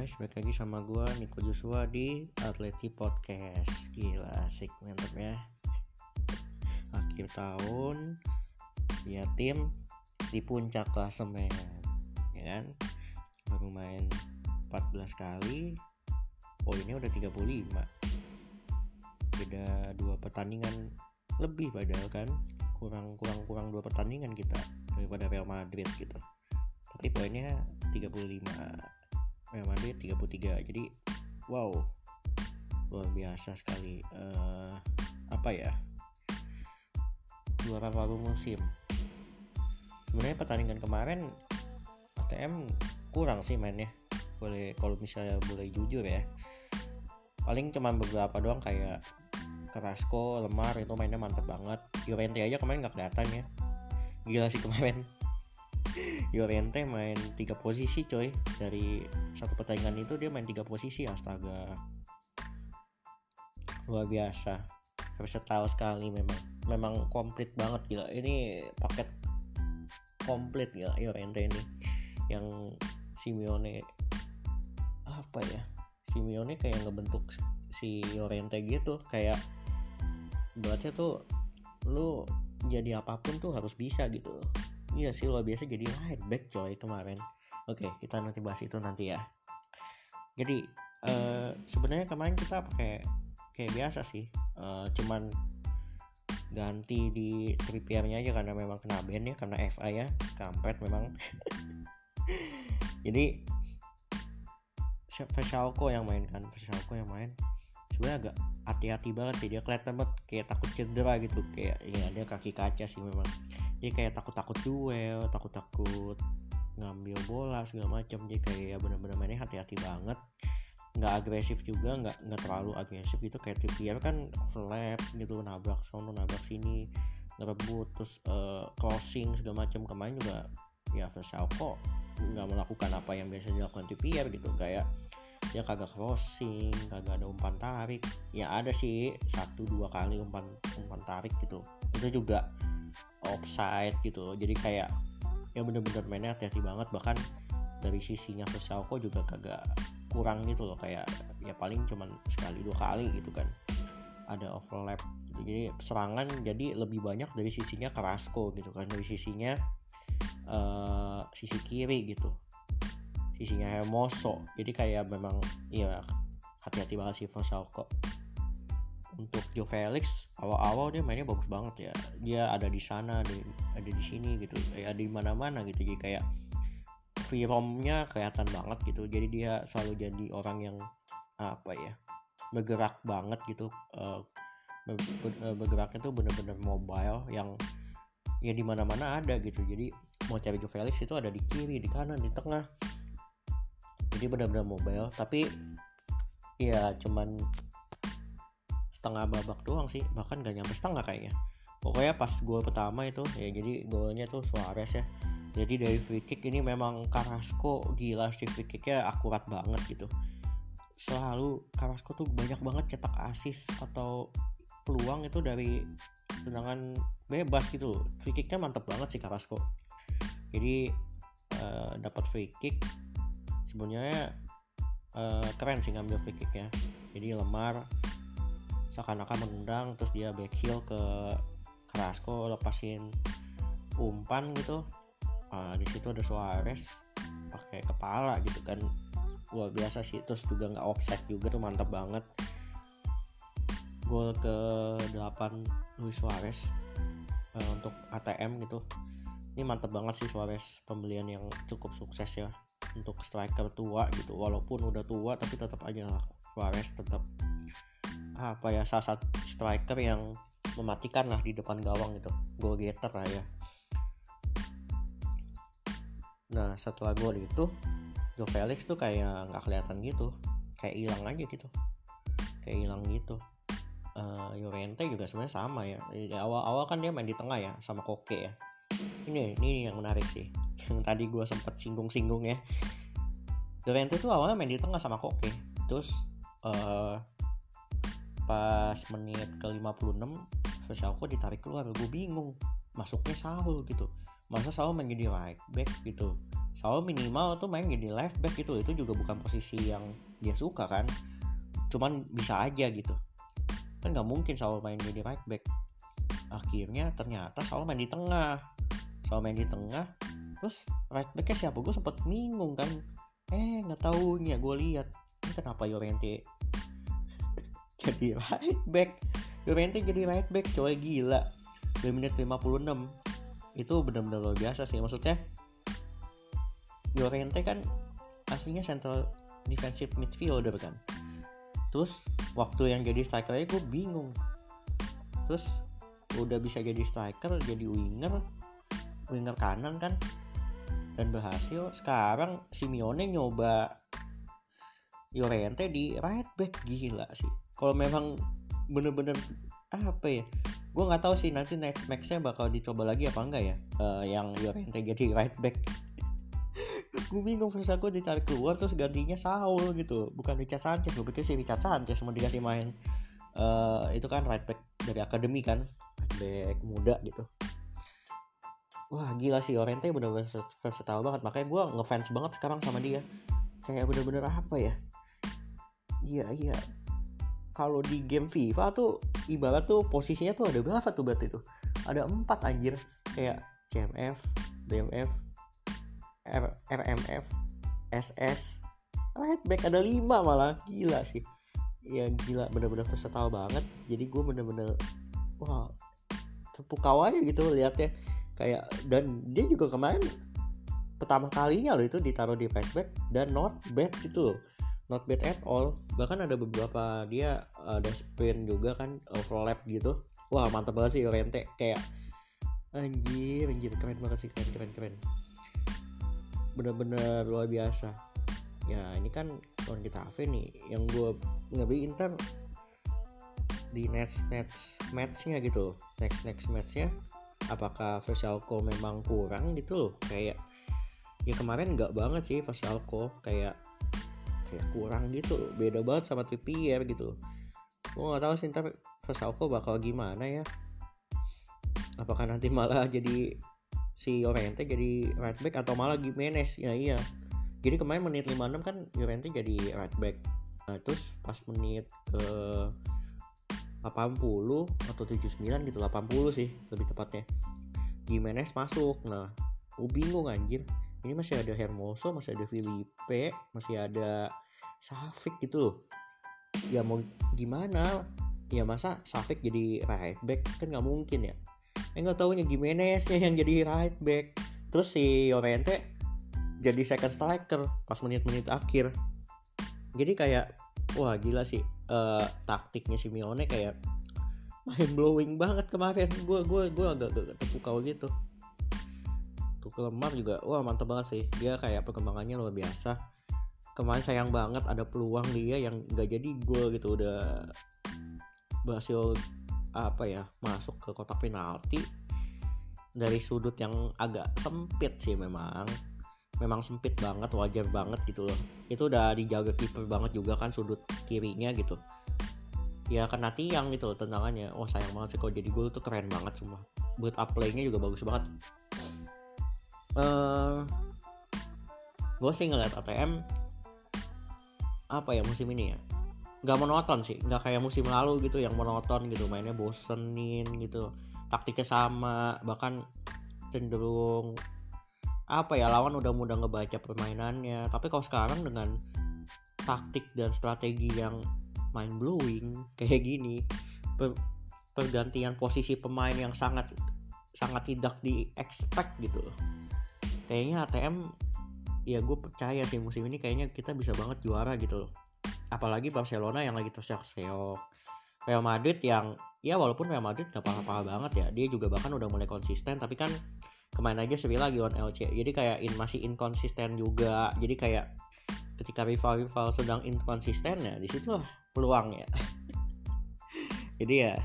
guys, balik lagi sama gue Niko Joshua di Atleti Podcast. Gila, asik, mantap ya. Akhir tahun ya, tim di puncak klasemen, ya kan? Baru main 14 kali, poinnya udah 35. Beda 2 pertandingan lebih, padahal kan kurang 2 pertandingan kita daripada Real Madrid gitu. Tapi poinnya 35, Real Madrid 33. Jadi wow, luar biasa sekali. Juara baru musim. Sebenarnya pertandingan kemarin ATM kurang sih mainnya. Kalau misalnya boleh jujur ya, paling cuma beberapa doang, kayak Carrasco, Lemar itu mainnya mantap banget. Llorente aja kemarin nggak kelihatan ya. Gila sih kemarin. Llorente main 3 posisi coy. Dari satu pertandingan itu dia main 3 posisi, astaga, luar biasa, versatile sekali. Memang komplit banget, gila. Ini paket komplit gila Llorente ini. Yang Simeone kayak ngebentuk si Llorente gitu, kayak buatnya tuh lu jadi apapun tuh harus bisa gitu. Iya sih, luar biasa, jadi right back coy kemarin. Oke, kita nanti bahas itu nanti ya. Jadi sebenarnya kemarin kita pakai kayak biasa sih, cuman ganti di Trippier-nya aja karena memang kena ban ya, karena FA ya, kampret memang. Jadi Versalco yang main. Sebenarnya agak hati-hati banget sih, dia kelihatan banget kayak takut cedera gitu, kayak ya dia kaki kaca sih memang. Dia kayak takut duel, takut ngambil bola segala macam. Dia kayak benar-benar mainnya hati-hati banget, nggak agresif juga, nggak terlalu agresif gitu. Kayak Trippier kan overlap gitu, nabrak sono nabrak sini, ngerebut, terus crossing segala macam. Kemarin juga ya Versalco nggak melakukan apa yang biasa dilakukan Trippier gitu, kayak dia kagak crossing, kagak ada umpan tarik. Ya ada sih 1-2 kali umpan tarik gitu, itu juga offside gitu. Jadi kayak ya bener-bener mainnya hati-hati banget. Bahkan dari sisinya Versalco juga kagak kurang gitu loh, kayak ya paling cuman 1-2 kali gitu kan ada overlap gitu. Jadi serangan jadi lebih banyak dari sisinya Carrasco gitu kan, dari sisinya sisi kiri gitu, sisinya Hermoso. Jadi kayak memang ya hati-hati banget sih Versalco. Untuk Joe Felix awal-awal dia mainnya bagus banget ya. Dia ada di sana, ada di sini gitu, ada di mana-mana gitu. Jadi kayak free roam-nya kelihatan banget gitu. Jadi dia selalu jadi orang yang bergerak banget gitu. Bergeraknya tuh bener-bener mobile, yang ya di mana-mana ada gitu. Jadi mau cari Joe Felix itu ada di kiri, di kanan, di tengah. Jadi benar-benar mobile. Tapi ya cuman setengah babak doang sih, bahkan gak nyampe setengah kayaknya. Pokoknya pas gol pertama itu ya, jadi golnya tuh Suarez ya. Jadi dari free kick ini memang Carrasco gila sih, free kicknya akurat banget gitu. Selalu Carrasco tuh banyak banget cetak assist atau peluang itu dari tendangan bebas gitu. Free kicknya mantep banget sih Carrasco. Jadi dapat free kick sebenarnya keren sih ngambil free kicknya. Jadi Lemar seakan-akan menendang, terus dia back heel ke Carrasco, lepasin umpan gitu. Di situ ada Suarez pakai kepala gitu kan, luar biasa sih. Terus juga nggak offside juga tuh, mantap banget. Gol ke-8 Luis Suarez untuk ATM gitu. Ini mantap banget sih Suarez, pembelian yang cukup sukses ya untuk striker tua gitu. Walaupun udah tua tapi tetap aja lah Suarez tetap salah satu striker yang mematikan lah di depan gawang gitu, goal getter lah ya. Nah setelah gol itu Joe Felix tuh kayak nggak kelihatan gitu, kayak hilang aja gitu, Llorente juga sebenarnya sama ya. Di awal kan dia main di tengah ya sama Koke ya. Ini yang menarik sih, yang tadi gue sempat singgung ya. Llorente tuh awalnya main di tengah sama Koke, terus pas menit ke 56 Versalco ditarik keluar. Gue bingung, masuknya Saul gitu, masa Saul menjadi right back gitu, Saul minimal tuh main jadi left back gitu, itu juga bukan posisi yang dia suka kan, cuman bisa aja gitu kan, nggak mungkin Saul main jadi right back. Akhirnya ternyata Saul main di tengah, terus right backnya siapa, gue sempet bingung kan, nggak taunya gue lihat ini kenapa Llorente jadi right back. Coy, gila, di menit 56 itu benar-benar luar biasa sih. Maksudnya Llorente kan aslinya central defensive midfielder kan, terus waktu yang jadi striker aja gue bingung, terus udah bisa jadi striker, jadi winger kanan kan, dan berhasil. Sekarang Simeone nyoba Llorente di right back, gila sih. Kalau memang bener-bener apa ya, gue nggak tahu sih nanti next match-nya bakal dicoba lagi apa enggak ya, yang Llorente jadi right back. Gue bingung, pas aku ditarik keluar terus gantinya Saul gitu, bukan Richard Sanchez. Gue pikir si Richard Sanchez mau dikasih main itu kan right back dari akademi kan, right back muda gitu. Wah gila sih, Llorente bener-bener versatile banget, makanya gue ngefans banget sekarang sama dia. Kayak bener-bener apa ya, iya kalau di game FIFA tuh ibarat tuh posisinya tuh ada berapa tuh, berarti tuh ada 4 anjir, kayak CMF, BMF, RMF, SS, right back ada 5 malah, gila sih. Ya gila, bener-bener versatile banget. Jadi gue bener-bener wah terpukau aja gitu liatnya. Kayak, dan dia juga kemarin pertama kalinya loh itu ditaruh di right back dan not bad gitu loh, not bad at all. Bahkan ada beberapa dia ada sprint juga kan, overlap gitu. Wah mantep banget sih Llorente, kayak anjir keren banget sih, keren bener-bener luar biasa. Ya ini kan lawan Getafe nih, yang gue ngeri Inter di next matchnya gitu, next matchnya apakah Versalco memang kurang gitu loh. Kayak ya kemarin nggak banget sih Versalco, kayak kurang gitu, beda banget sama Trippier gitu. Gue nggak tahu sih ntar Versalco bakal gimana ya, apakah nanti malah jadi si Llorente jadi right back atau malah Gimenez. Ya iya, jadi kemarin menit 56 kan Llorente jadi right back, nah terus pas menit ke 80 atau 79 gitu, 80 sih lebih tepatnya, Gimenez masuk. Nah gue bingung anjir, ini masih ada Hermoso, masih ada Felipe, masih ada Savic gitu loh. Ya mau gimana ya, masa Savic jadi right back kan nggak mungkin ya. Nggak taunya Gimeneznya yang jadi right back, terus si Llorente jadi second striker pas menit-menit akhir. Jadi kayak wah gila sih, taktiknya Simeone kayak mind blowing banget kemarin. Gue agak terpukau gitu. Tuchel Lemar juga wah mantap banget sih, dia kayak perkembangannya luar biasa. Kemarin sayang banget ada peluang dia yang nggak jadi gol gitu, udah berhasil apa ya, masuk ke kotak penalti dari sudut yang agak sempit sih, memang sempit banget, wajar banget gitu loh. Itu udah dijaga kiper banget juga kan sudut kirinya gitu. Ya kena tiang gitu loh tendangannya. Wah sayang banget sih, kalau jadi gol tuh keren banget semua. Build up play-nya juga bagus banget. Gue sih ngeliat ATM apa ya musim ini ya, nggak monoton sih, nggak kayak musim lalu gitu yang monoton gitu, mainnya bosenin gitu, taktiknya sama, bahkan cenderung apa ya, lawan udah mudah ngebaca permainannya. Tapi kalau sekarang dengan taktik dan strategi yang mind blowing kayak gini, pergantian posisi pemain yang sangat tidak di expect gitu loh, kayaknya ATM ya gue percaya sih musim ini kayaknya kita bisa banget juara gitu loh. Apalagi Barcelona yang lagi terseok-seok, Real Madrid yang ya walaupun Real Madrid gak parah-parah banget ya, dia juga bahkan udah mulai konsisten, tapi kan kemarin aja Sevilla lagi on LC, jadi kayak masih inkonsisten juga. Jadi kayak ketika rival sedang inkonsisten ya disitulah peluangnya. Jadi ya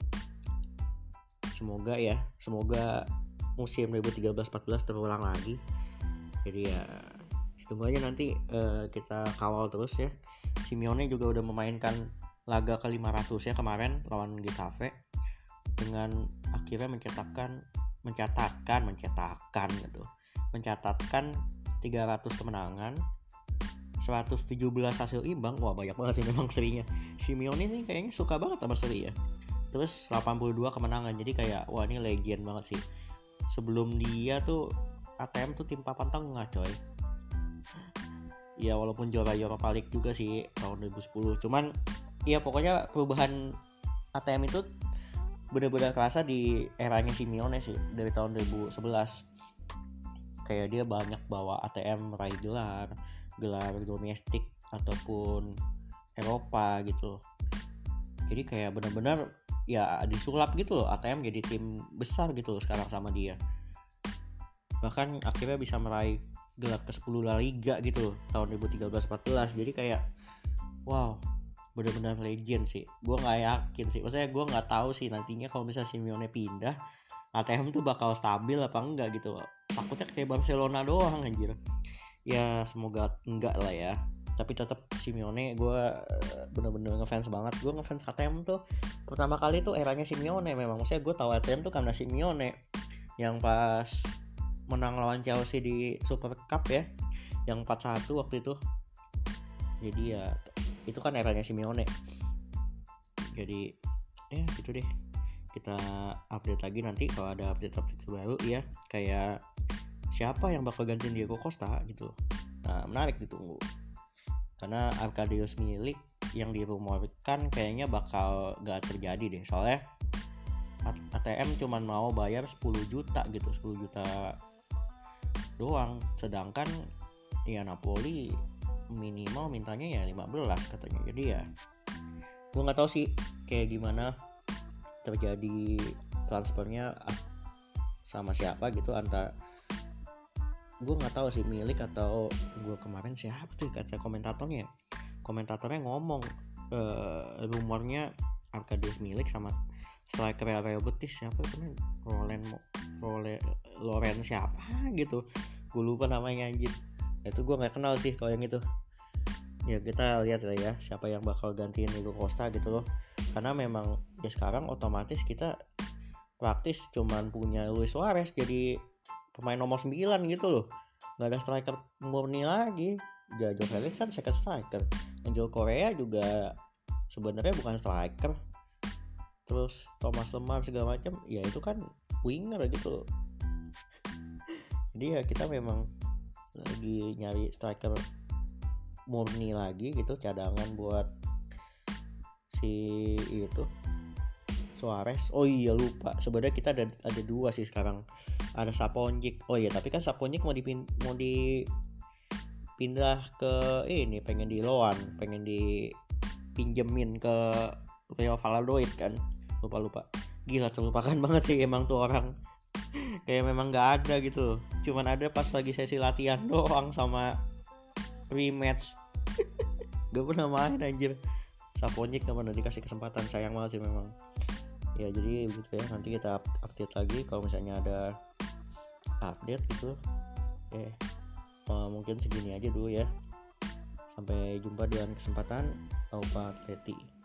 semoga musim 2013-14 terulang lagi. Jadi ya tunggu aja nanti, kita kawal terus ya. Simeone juga udah memainkan laga ke-500 ya kemarin lawan Getafe, dengan akhirnya mencatatkan 300 kemenangan, 117 hasil imbang. Wah, banyak banget sih memang serinya. Simeone ini kayaknya suka banget sama seri ya. Terus 82 kemenangan. Jadi kayak wah, ini legend banget sih. Sebelum dia tuh ATM tuh tim papan tengah, coy. Ya walaupun juara Europa League juga sih tahun 2010. Cuman ya pokoknya perubahan ATM itu benar-benar kerasa di eranya Simeone sih, dari tahun 2011. Kayak dia banyak bawa ATM meraih gelar domestik ataupun Eropa gitu. Jadi kayak benar-benar ya disulap gitu loh, ATM jadi tim besar gitu loh sekarang sama dia. Bahkan akhirnya bisa meraih gelar ke-10 La Liga gitu loh, tahun 2013-14. Jadi kayak wow, benar-benar legend sih. Gue nggak yakin sih, maksudnya gue nggak tahu sih nantinya kalau misalnya Simeone pindah, ATM tuh bakal stabil apa enggak gitu. Takutnya kayak Barcelona doang anjir. Ya semoga enggak lah ya. Tapi tetap Simeone gue bener-bener ngefans banget. Gue ngefans ATM tuh pertama kali tuh eranya Simeone memang. Maksudnya gue tahu ATM tuh karena Simeone yang pas menang lawan Chelsea di Super Cup ya, yang 4-1 waktu itu. Jadi ya itu kan eranya Simeone. Jadi ya gitu deh. Kita update lagi nanti kalau ada update baru ya, kayak siapa yang bakal gantiin Diego Costa gitu. Nah, menarik ditunggu. Karena Arkadiusz Milik yang dirumorkan kayaknya bakal gak terjadi deh. Soalnya ATM cuma mau bayar 10 juta gitu, 10 juta doang. Sedangkan ya Napoli minimal mintanya ya 15 katanya. Jadi ya gue gak tahu sih kayak gimana terjadi transfernya sama siapa gitu, antara gue nggak tahu sih Milik atau gue kemarin siapa tuh kata komentatornya ngomong rumornya Arkadiusz Milik sama striker Real Betis siapa itu nih, Loren siapa gitu, gue lupa namanya anjir. Itu gue nggak kenal sih kalau yang itu. Ya kita lihat lah ya siapa yang bakal gantiin Diego Costa gitu loh. Karena memang ya sekarang otomatis kita praktis cuman punya Luis Suarez jadi pemain nomor 9 gitu loh. Gak ada striker murni lagi. Joao Felix kan second striker. Angel Korea juga sebenarnya bukan striker. Terus Thomas Lemar segala macam ya itu kan winger gitu loh. Jadi ya kita memang lagi nyari striker murni lagi gitu, cadangan buat si itu Suarez. Oh iya lupa, sebenarnya kita ada dua sih sekarang. Ada Saponjic. Oh iya, tapi kan Saponjic mau dipindah ke ini, pengen di loan, pengen dipinjemin ke Real Valladolid kan. Lupa. Gila, terlupakan banget sih emang tuh orang. Kayak memang nggak ada gitu. Cuman ada pas lagi sesi latihan doang sama rematch. Gak pernah main anjir. Saponjic gak pernah dikasih kesempatan, sayang banget sih memang. Ya jadi begitu ya, nanti kita update lagi kalau misalnya ada update gitu. Mungkin segini aja dulu ya. Sampai jumpa dengan kesempatan Aupa Atleti.